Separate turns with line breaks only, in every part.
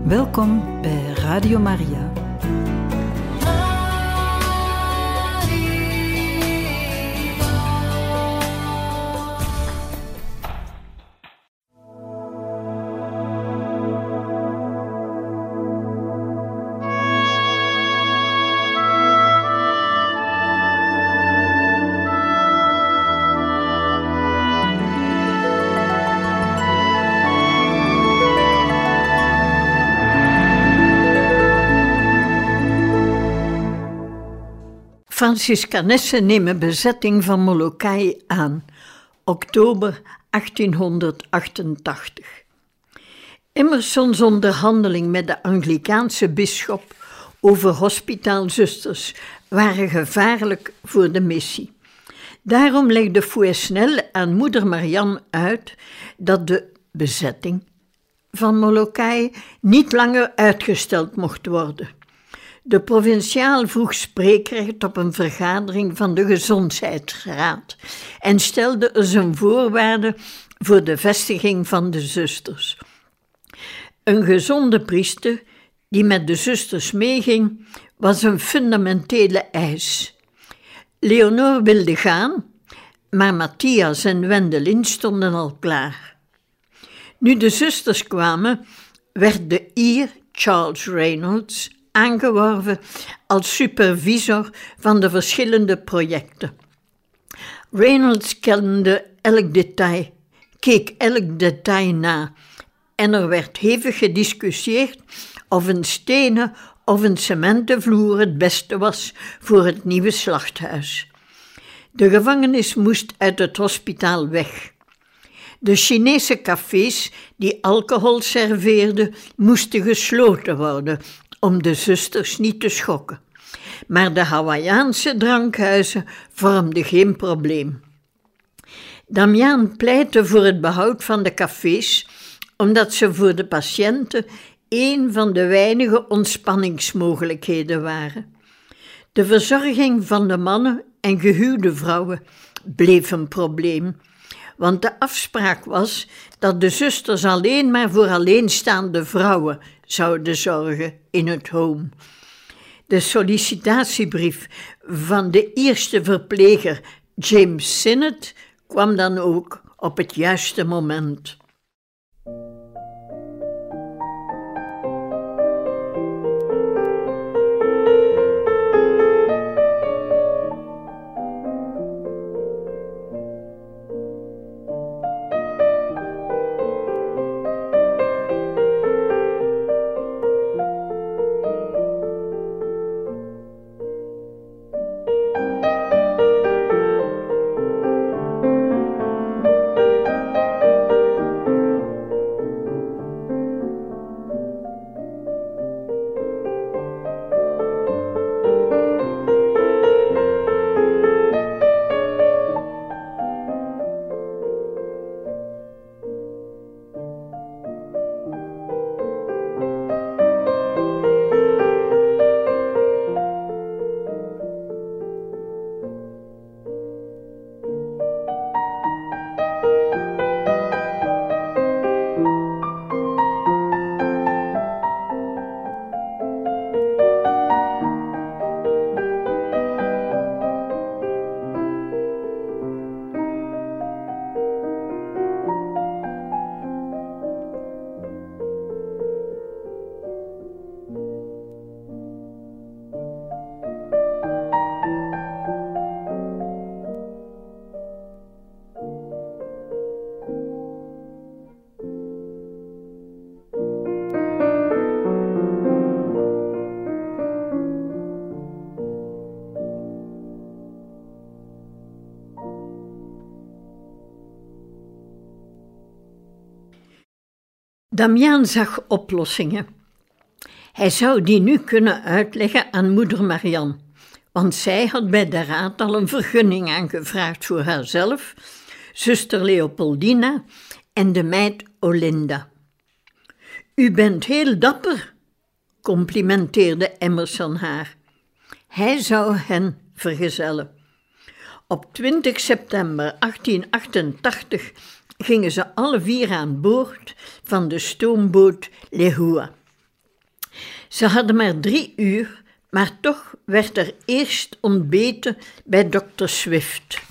Welkom bij Radio Maria. Franciscanessen nemen bezetting van Molokai aan, oktober 1888. Emersons onderhandeling met de Anglikaanse bisschop over hospitaalzusters waren gevaarlijk voor de missie. Daarom legde Fouesnel aan moeder Marianne uit dat de bezetting van Molokai niet langer uitgesteld mocht worden. De provinciaal vroeg spreekrecht op een vergadering van de Gezondheidsraad en stelde er zijn voorwaarden voor de vestiging van de zusters. Een gezonde priester die met de zusters meeging, was een fundamentele eis. Leonor wilde gaan, maar Matthias en Wendelin stonden al klaar. Nu de zusters kwamen, werd de Ier Charles Reynolds aangeworven als supervisor van de verschillende projecten. Reynolds kende keek elk detail na en er werd hevig gediscussieerd of een stenen of een cementen vloer het beste was voor het nieuwe slachthuis. De gevangenis moest uit het hospitaal weg. De Chinese cafés die alcohol serveerden, moesten gesloten worden om de zusters niet te schokken. Maar de Hawaïaanse drankhuizen vormden geen probleem. Damiaan pleitte voor het behoud van de cafés, omdat ze voor de patiënten een van de weinige ontspanningsmogelijkheden waren. De verzorging van de mannen en gehuwde vrouwen bleef een probleem, want de afspraak was dat de zusters alleen maar voor alleenstaande vrouwen zouden zorgen in het home. De sollicitatiebrief van de eerste verpleger James Sinnett kwam dan ook op het juiste moment. Damiaan zag oplossingen. Hij zou die nu kunnen uitleggen aan moeder Marianne, want zij had bij de raad al een vergunning aangevraagd voor haarzelf, zuster Leopoldina en de meid Olinda. U bent heel dapper, complimenteerde Emerson haar. Hij zou hen vergezellen. Op 20 september 1888 gingen ze alle vier aan boord van de stoomboot Lehua. Ze hadden maar 3 uur, maar toch werd er eerst ontbeten bij dokter Swift.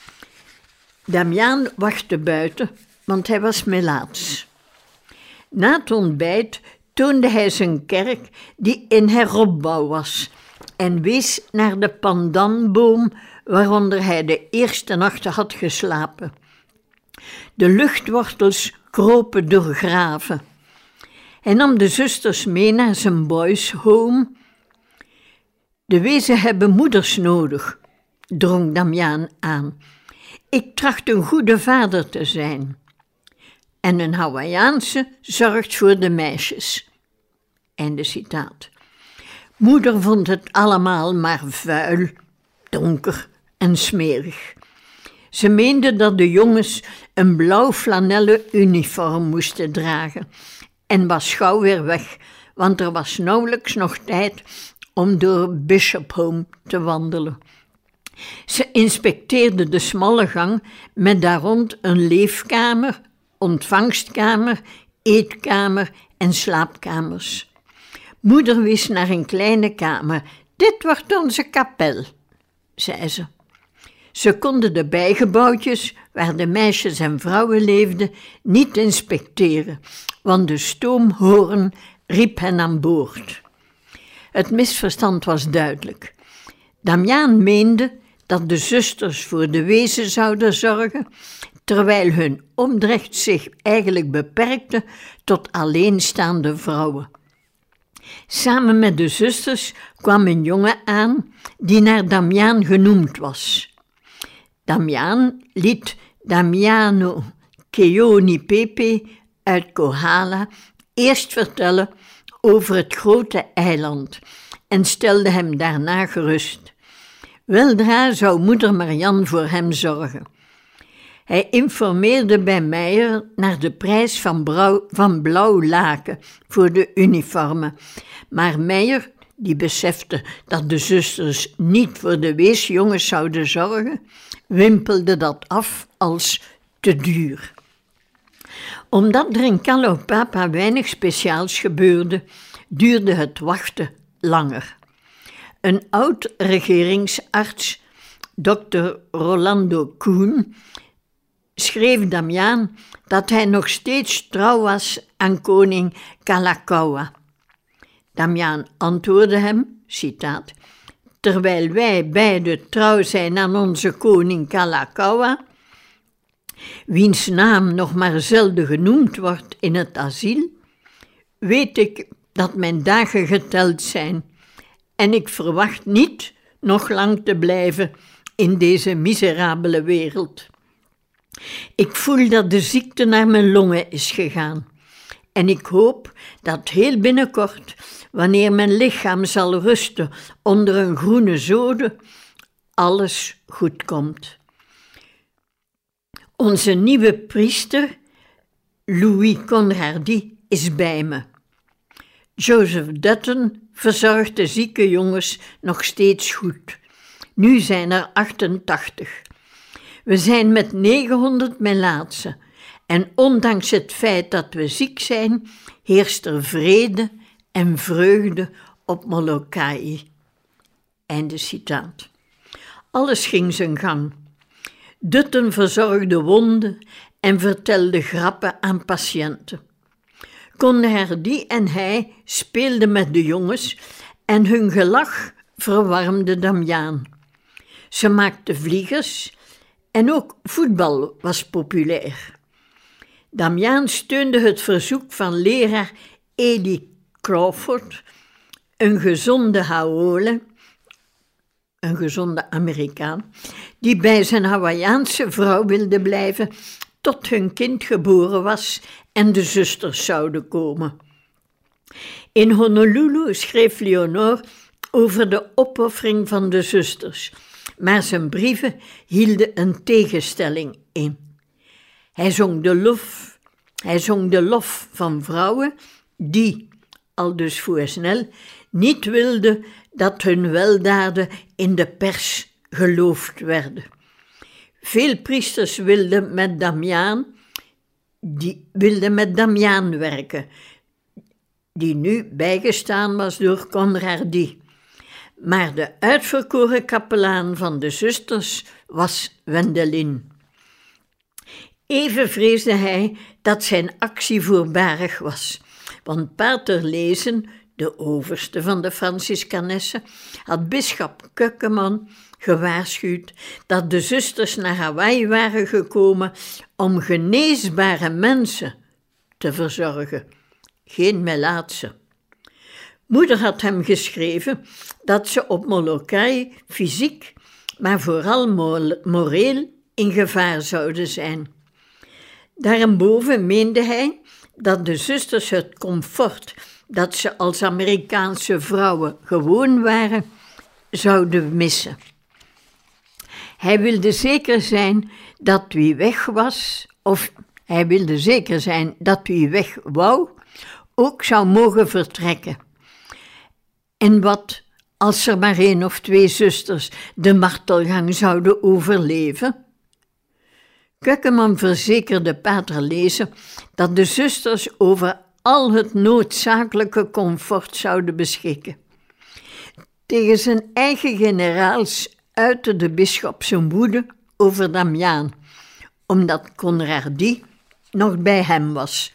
Damiaan wachtte buiten, want hij was melaats. Na het ontbijt toonde hij zijn kerk die in heropbouw was en wees naar de pandanboom waaronder hij de eerste nachten had geslapen. De luchtwortels kropen door graven. Hij nam de zusters mee naar zijn boys' home. De wezen hebben moeders nodig, drong Damiaan aan. Ik tracht een goede vader te zijn. En een Hawaïaanse zorgt voor de meisjes. Einde citaat. Moeder vond het allemaal maar vuil, donker en smerig. Ze meende dat de jongens een blauw flanellen uniform moesten dragen en was gauw weer weg, want er was nauwelijks nog tijd om door Bishop Home te wandelen. Ze inspecteerde de smalle gang met daar rond een leefkamer, ontvangstkamer, eetkamer en slaapkamers. Moeder wees naar een kleine kamer. Dit wordt onze kapel, zei ze. Ze konden de bijgebouwtjes, waar de meisjes en vrouwen leefden, niet inspecteren, want de stoomhoorn riep hen aan boord. Het misverstand was duidelijk. Damiaan meende dat de zusters voor de wezen zouden zorgen, terwijl hun opdracht zich eigenlijk beperkte tot alleenstaande vrouwen. Samen met de zusters kwam een jongen aan die naar Damiaan genoemd was. Damiaan liet Damiano Keoni Pepe uit Kohala eerst vertellen over het grote eiland en stelde hem daarna gerust. Weldra zou moeder Marianne voor hem zorgen. Hij informeerde bij Meijer naar de prijs van blauw laken voor de uniformen, maar Meijer, die besefte dat de zusters niet voor de weesjongens zouden zorgen, wimpelde dat af als te duur. Omdat er in Kalaupapa weinig speciaals gebeurde, duurde het wachten langer. Een oud-regeringsarts, dokter Rolando Koen, schreef Damiaan dat hij nog steeds trouw was aan koning Kalakaua. Damiaan antwoordde hem, citaat, terwijl wij beiden trouw zijn aan onze koning Kalakaua, wiens naam nog maar zelden genoemd wordt in het asiel, weet ik dat mijn dagen geteld zijn en ik verwacht niet nog lang te blijven in deze miserabele wereld. Ik voel dat de ziekte naar mijn longen is gegaan en ik hoop dat heel binnenkort, wanneer mijn lichaam zal rusten onder een groene zode, alles goed komt. Onze nieuwe priester, Louis Conradi, is bij me. Joseph Dutton verzorgt de zieke jongens nog steeds goed. Nu zijn er 88. We zijn met 900 melaatsen en ondanks het feit dat we ziek zijn, heerst er vrede en vreugde op Molokai. Einde citaat. Alles ging zijn gang. Dutton verzorgde wonden en vertelde grappen aan patiënten. Conradi en hij speelden met de jongens en hun gelach verwarmde Damiaan. Ze maakten vliegers en ook voetbal was populair. Damiaan steunde het verzoek van leraar Eddie Crawford, een gezonde Haole, een gezonde Amerikaan, die bij zijn Hawaïaanse vrouw wilde blijven tot hun kind geboren was en de zusters zouden komen. In Honolulu schreef Leonor over de opoffering van de zusters, maar zijn brieven hielden een tegenstelling in. Hij zong de lof van vrouwen die, aldus Fouesnel, niet wilden dat hun weldaden in de pers geloofd werden. Veel priesters wilden met Damiaan werken. die nu bijgestaan was door Conradi. Maar de uitverkoren kapelaan van de zusters was Wendelin. Even vreesde hij dat zijn actie voorbarig was, want pater Lezen, de overste van de Franciscanessen, had bisschop Keukeman gewaarschuwd dat de zusters naar Hawaï waren gekomen om geneesbare mensen te verzorgen, geen melaatse. Moeder had hem geschreven dat ze op Molokai fysiek, maar vooral moreel in gevaar zouden zijn. Daarenboven meende hij dat de zusters het comfort dat ze als Amerikaanse vrouwen gewoon waren, zouden missen. Hij wilde zeker zijn dat wie weg was, of hij wilde zeker zijn dat wie weg wou, ook zou mogen vertrekken. En wat als er maar 1 of 2 zusters de martelgang zouden overleven? Keukeman verzekerde pater Lezen dat de zusters over al het noodzakelijke comfort zouden beschikken. Tegen zijn eigen generaals uitte de bisschop zijn woede over Damiaan, omdat Conradi nog bij hem was.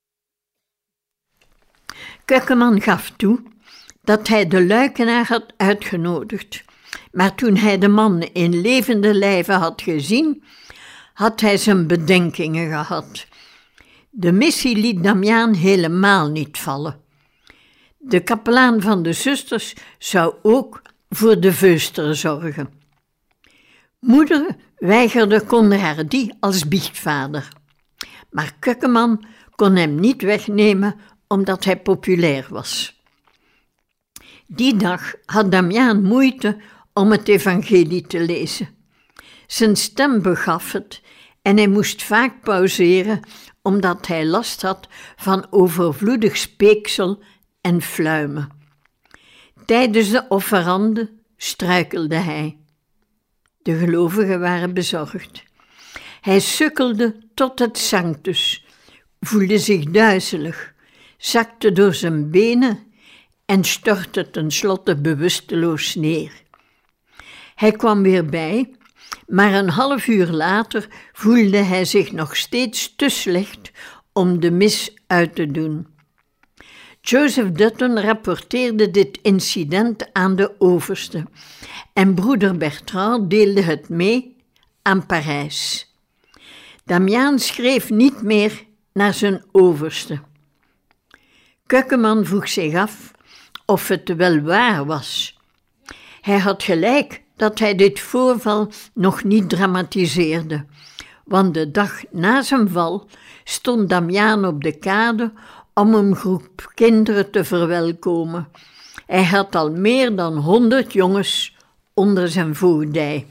Keukeman gaf toe dat hij de luikenaar had uitgenodigd, maar toen hij de man in levende lijve had gezien, had hij zijn bedenkingen gehad. De missie liet Damiaan helemaal niet vallen. De kapelaan van de zusters zou ook voor de veuster zorgen. Moeder weigerde Conradi als biechtvader, maar Keukeman kon hem niet wegnemen omdat hij populair was. Die dag had Damiaan moeite om het evangelie te lezen. Zijn stem begaf het en hij moest vaak pauzeren omdat hij last had van overvloedig speeksel en fluimen. Tijdens de offerande struikelde hij. De gelovigen waren bezorgd. Hij sukkelde tot het sanctus, voelde zich duizelig, zakte door zijn benen en stortte tenslotte bewusteloos neer. Hij kwam weer bij, maar een half uur later voelde hij zich nog steeds te slecht om de mis uit te doen. Joseph Dutton rapporteerde dit incident aan de overste en broeder Bertrand deelde het mee aan Parijs. Damiaan schreef niet meer naar zijn overste. Keukeman vroeg zich af of het wel waar was. Hij had gelijk dat hij dit voorval nog niet dramatiseerde, want de dag na zijn val stond Damiaan op de kade om een groep kinderen te verwelkomen. Hij had al meer dan 100 jongens onder zijn voogdij.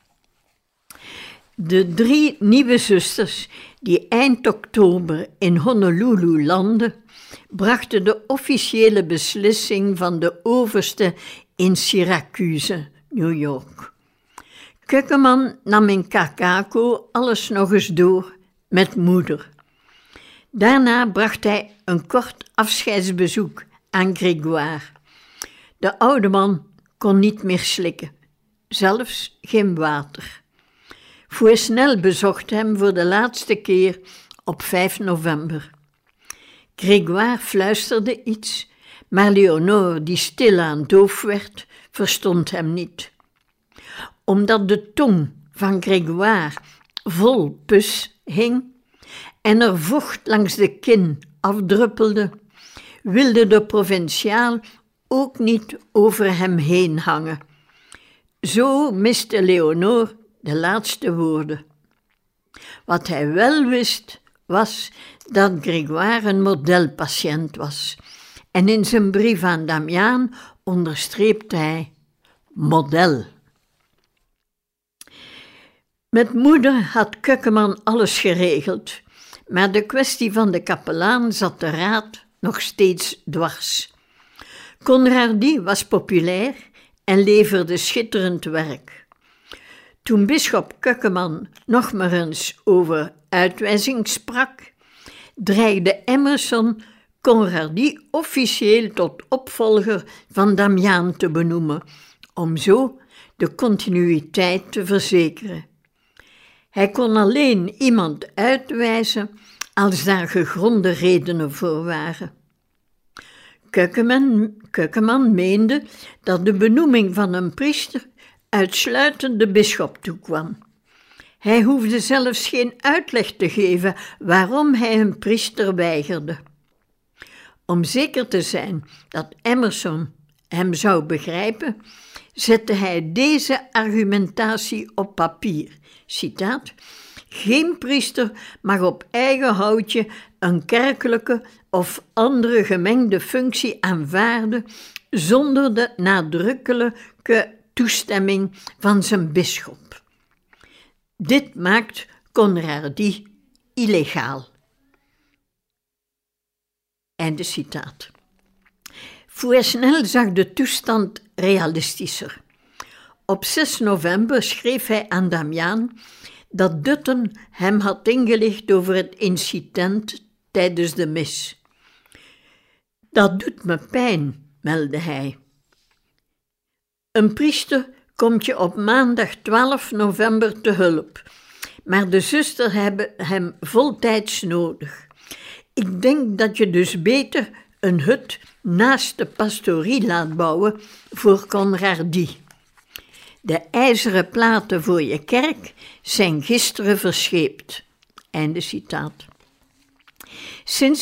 De 3 nieuwe zusters die eind oktober in Honolulu landden, brachten de officiële beslissing van de overste in Syracuse, New York. Keukeman nam in Kakako alles nog eens door met moeder. Daarna bracht hij een kort afscheidsbezoek aan Grégoire. De oude man kon niet meer slikken, zelfs geen water. Fouesnel bezocht hem voor de laatste keer op 5 november. Grégoire fluisterde iets, maar Léonore, die stilaan doof werd, verstond hem niet. Omdat de tong van Grégoire vol pus hing en er vocht langs de kin afdruppelde, wilde de provinciaal ook niet over hem heen hangen. Zo miste Léonore de laatste woorden. Wat hij wel wist, was dat Grégoire een modelpatiënt was. En in zijn brief aan Damiaan onderstreepte hij model. Met moeder had Keukeman alles geregeld, maar de kwestie van de kapelaan zat de raad nog steeds dwars. Conradi was populair en leverde schitterend werk. Toen bisschop Keukeman nog maar eens over uitwijzing sprak, dreigde Emerson Conradie officieel tot opvolger van Damiaan te benoemen, om zo de continuïteit te verzekeren. Hij kon alleen iemand uitwijzen als daar gegronde redenen voor waren. Keukeman meende dat de benoeming van een priester uitsluitend de bisschop toekwam. Hij hoefde zelfs geen uitleg te geven waarom hij een priester weigerde. Om zeker te zijn dat Emerson hem zou begrijpen, zette hij deze argumentatie op papier. Citaat: geen priester mag op eigen houtje een kerkelijke of andere gemengde functie aanvaarden zonder de nadrukkelijke toestemming van zijn bisschop. Dit maakt Conradie illegaal. Einde citaat. Fouesnel zag de toestand realistischer. Op 6 november schreef hij aan Damiaan dat Dutton hem had ingelicht over het incident tijdens de mis. Dat doet me pijn, meldde hij. Een priester komt je op maandag 12 november te hulp, maar de zusters hebben hem voltijds nodig. Ik denk dat je dus beter een hut naast de pastorie laat bouwen voor Conradie. De ijzeren platen voor je kerk zijn gisteren verscheept. Einde citaat. Sint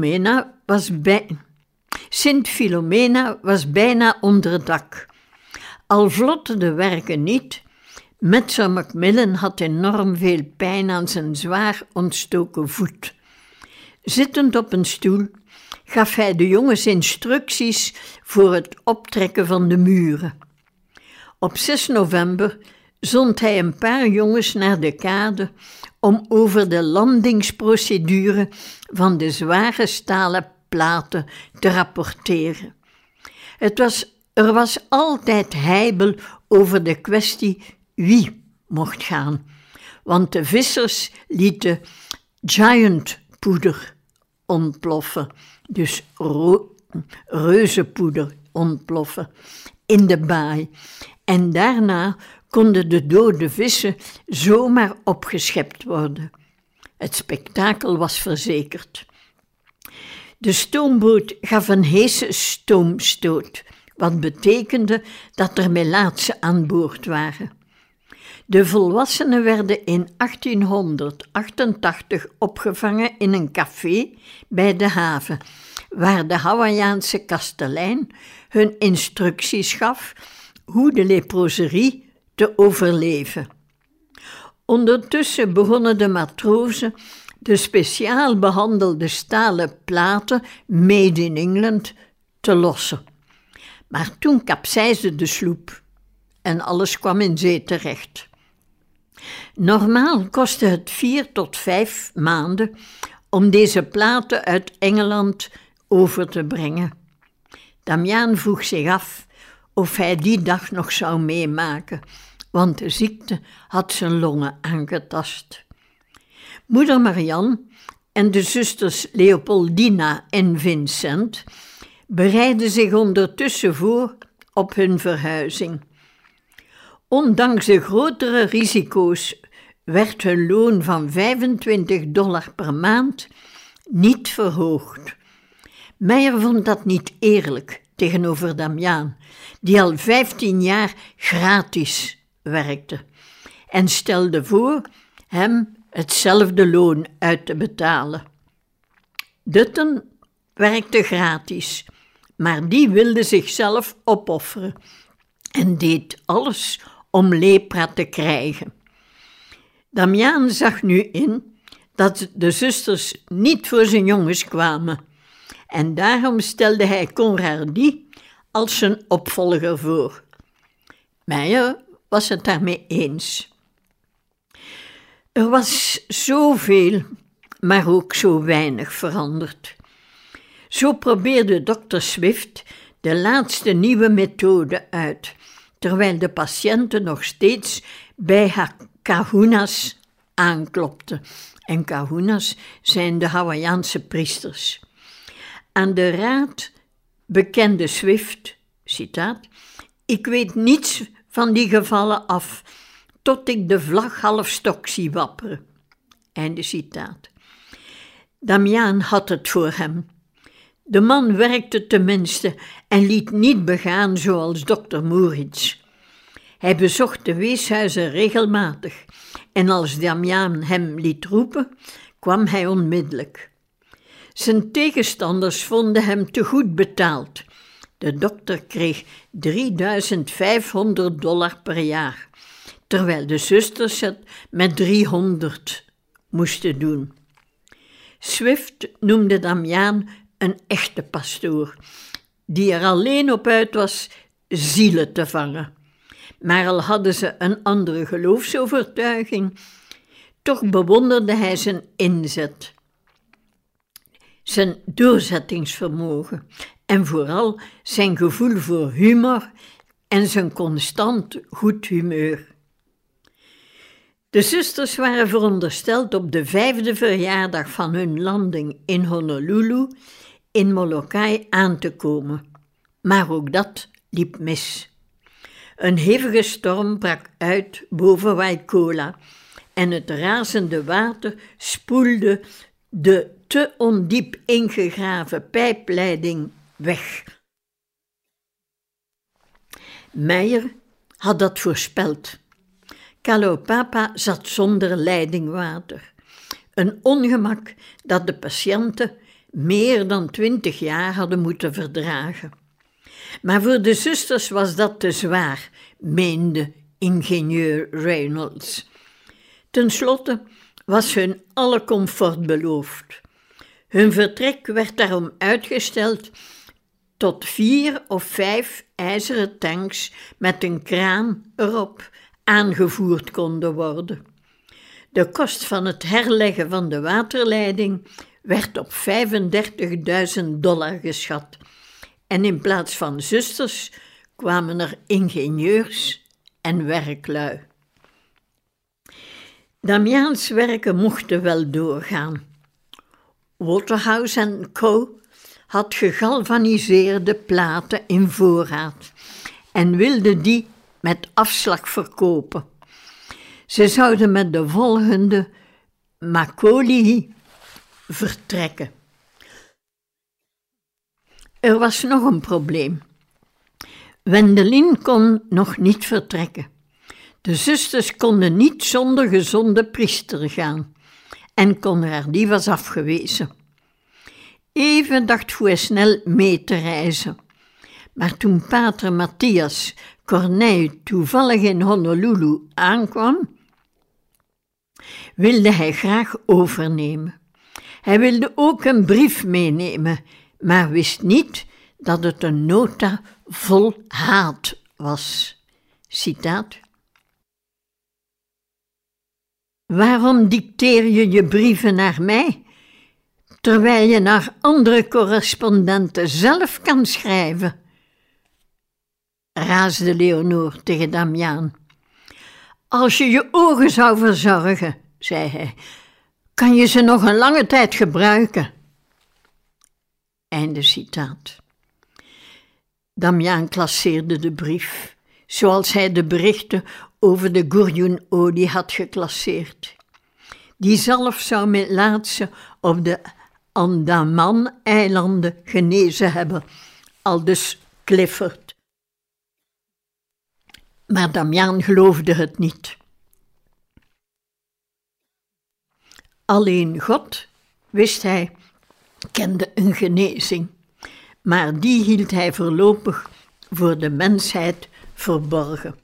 Filomena was bijna onder dak. Al vlotten de werken niet, metser Macmillan had enorm veel pijn aan zijn zwaar ontstoken voet. Zittend op een stoel gaf hij de jongens instructies voor het optrekken van de muren. Op 6 november zond hij een paar jongens naar de kade om over de landingsprocedure van de zware stalen platen te rapporteren. Er was altijd heibel over de kwestie wie mocht gaan, want de vissers lieten giantpoeder ontploffen, dus reuzenpoeder ontploffen, in de baai. En daarna konden de dode vissen zomaar opgeschept worden. Het spektakel was verzekerd. De stoomboot gaf een heese stoomstoot, wat betekende dat er melaatsen aan boord waren. De volwassenen werden in 1888 opgevangen in een café bij de haven, waar de Hawaïaanse kastelein hun instructies gaf hoe de leproserie te overleven. Ondertussen begonnen de matrozen de speciaal behandelde stalen platen made in England te lossen. Maar toen kapseisde de sloep en alles kwam in zee terecht. Normaal kostte het 4 tot 5 maanden om deze platen uit Engeland over te brengen. Damiaan vroeg zich af of hij die dag nog zou meemaken, want de ziekte had zijn longen aangetast. Moeder Marianne en de zusters Leopoldina en Vincent bereidden zich ondertussen voor op hun verhuizing. Ondanks de grotere risico's werd hun loon van $25 per maand niet verhoogd. Meijer vond dat niet eerlijk tegenover Damiaan, die al 15 jaar gratis werkte, en stelde voor hem hetzelfde loon uit te betalen. Dutton werkte gratis, maar die wilde zichzelf opofferen en deed alles om lepra te krijgen. Damiaan zag nu in dat de zusters niet voor zijn jongens kwamen en daarom stelde hij Conradie als zijn opvolger voor. Meijer was het daarmee eens. Er was zoveel, maar ook zo weinig veranderd. Zo probeerde dokter Swift de laatste nieuwe methode uit, terwijl de patiënten nog steeds bij haar kahuna's aanklopten. En kahuna's zijn de Hawaïaanse priesters. Aan de raad bekende Swift, citaat, ik weet niets van die gevallen af, tot ik de vlag half stok zie wapperen. Einde citaat. Damiaan had het voor hem. De man werkte tenminste en liet niet begaan zoals dokter Moritz. Hij bezocht de weeshuizen regelmatig en als Damiaan hem liet roepen, kwam hij onmiddellijk. Zijn tegenstanders vonden hem te goed betaald. De dokter kreeg $3.500 per jaar, terwijl de zusters het met 300 moesten doen. Swift noemde Damiaan een echte pastoor, die er alleen op uit was zielen te vangen. Maar al hadden ze een andere geloofsovertuiging, toch bewonderde hij zijn inzet, zijn doorzettingsvermogen en vooral zijn gevoel voor humor en zijn constant goed humeur. De zusters waren verondersteld op de 5e verjaardag van hun landing in Honolulu in Molokai aan te komen, maar ook dat liep mis. Een hevige storm brak uit boven Waikola en het razende water spoelde de te ondiep ingegraven pijpleiding weg. Meyer had dat voorspeld. Kalaupapa zat zonder leidingwater. Een ongemak dat de patiënten meer dan 20 jaar hadden moeten verdragen. Maar voor de zusters was dat te zwaar, meende ingenieur Reynolds. Ten slotte was hun alle comfort beloofd. Hun vertrek werd daarom uitgesteld tot 4 of 5 ijzeren tanks met een kraan erop aangevoerd konden worden. De kost van het herleggen van de waterleiding werd op $35.000 geschat. En in plaats van zusters kwamen er ingenieurs en werklui. Damiaans werken mochten wel doorgaan. Waterhouse Co. had gegalvaniseerde platen in voorraad en wilde die met afslag verkopen. Ze zouden met de volgende Macaulay vertrekken. Er was nog een probleem. Wendelin kon nog niet vertrekken. De zusters konden niet zonder gezonde priester gaan en Conradie was afgewezen. Even dacht Fouesnel mee te reizen, maar toen pater Matthias Corneille toevallig in Honolulu aankwam, wilde hij graag overnemen. Hij wilde ook een brief meenemen, maar wist niet dat het een nota vol haat was. Citaat. Waarom dicteer je je brieven naar mij, terwijl je naar andere correspondenten zelf kan schrijven? Raasde Leonor tegen Damiaan. Als je je ogen zou verzorgen, zei hij, kan je ze nog een lange tijd gebruiken. Einde citaat. Damiaan klasseerde de brief, zoals hij de berichten over de gourjoenolie had geclasseerd. Die zalf zou Melaatse op de Andaman-eilanden genezen hebben, aldus Clifford. Maar Damiaan geloofde het niet. Alleen God, wist hij, kende een genezing, maar die hield hij voorlopig voor de mensheid verborgen.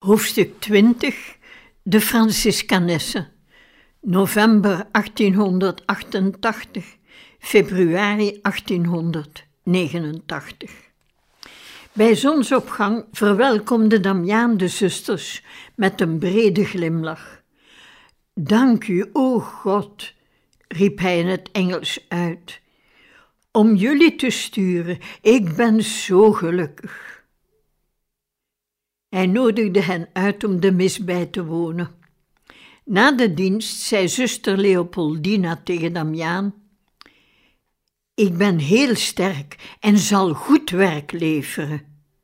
Hoofdstuk 20. De Franciscanessen. November 1888, februari 1889. Bij zonsopgang verwelkomde Damiaan de zusters met een brede glimlach. Dank u, o God, riep hij in het Engels uit, om jullie te sturen. Ik ben zo gelukkig. Hij nodigde hen uit om de mis bij te wonen. Na de dienst zei zuster Leopoldina tegen Damiaan: ik ben heel sterk en zal goed werk leveren.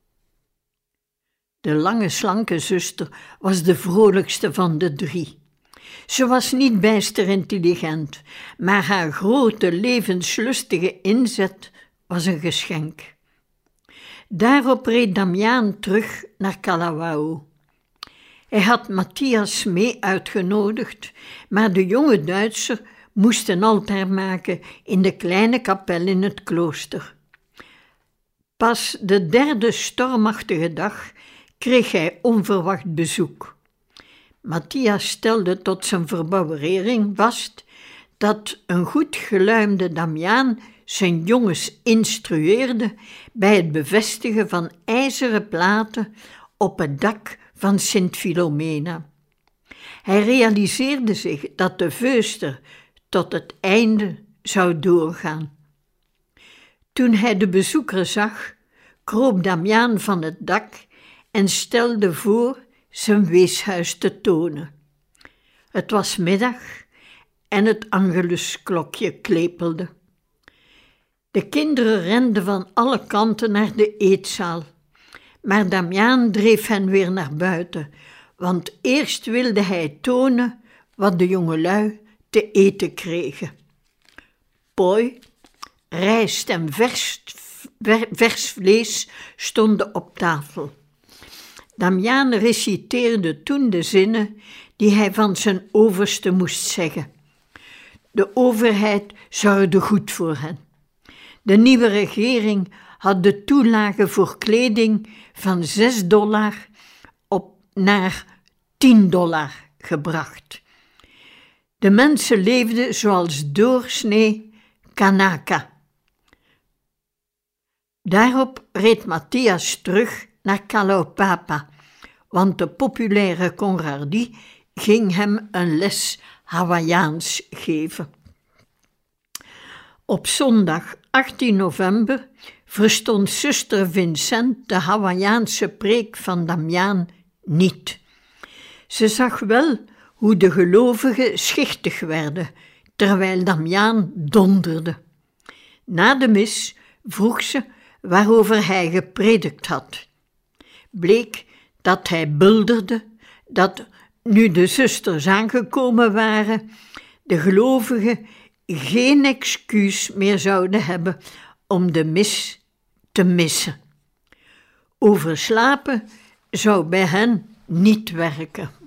De lange, slanke zuster was de vrolijkste van de drie. Ze was niet bijster intelligent, maar haar grote, levenslustige inzet was een geschenk. Daarop reed Damiaan terug naar Kalawao. Hij had Matthias mee uitgenodigd, maar de jonge Duitser moest een altaar maken in de kleine kapel in het klooster. Pas de derde stormachtige dag kreeg hij onverwacht bezoek. Matthias stelde tot zijn verbouwering vast dat een goed geluimde Damiaan zijn jongens instrueerde bij het bevestigen van ijzeren platen op het dak van Sint Philomena. Hij realiseerde zich dat de veuster tot het einde zou doorgaan. Toen hij de bezoeker zag, kroop Damiaan van het dak en stelde voor zijn weeshuis te tonen. Het was middag en het angelusklokje klepelde. De kinderen renden van alle kanten naar de eetzaal, maar Damiaan dreef hen weer naar buiten, want eerst wilde hij tonen wat de jongelui te eten kregen. Poi, rijst en vers vlees stonden op tafel. Damiaan reciteerde toen de zinnen die hij van zijn overste moest zeggen. De overheid zorgde goed voor hen. De nieuwe regering had de toelage voor kleding van $6 naar $10 gebracht. De mensen leefden zoals doorsnee Kanaka. Daarop reed Matthias terug naar Kalaupapa, want de populaire Conradie ging hem een les Hawaiiaans geven. Op zondag 18 november verstond zuster Vincent de Hawaiiaanse preek van Damiaan niet. Ze zag wel hoe de gelovigen schichtig werden, terwijl Damiaan donderde. Na de mis vroeg ze waarover hij gepredikt had. Bleek dat hij bulderde dat, nu de zusters aangekomen waren, de gelovigen geen excuus meer zouden hebben om de mis te missen. Overslapen zou bij hen niet werken.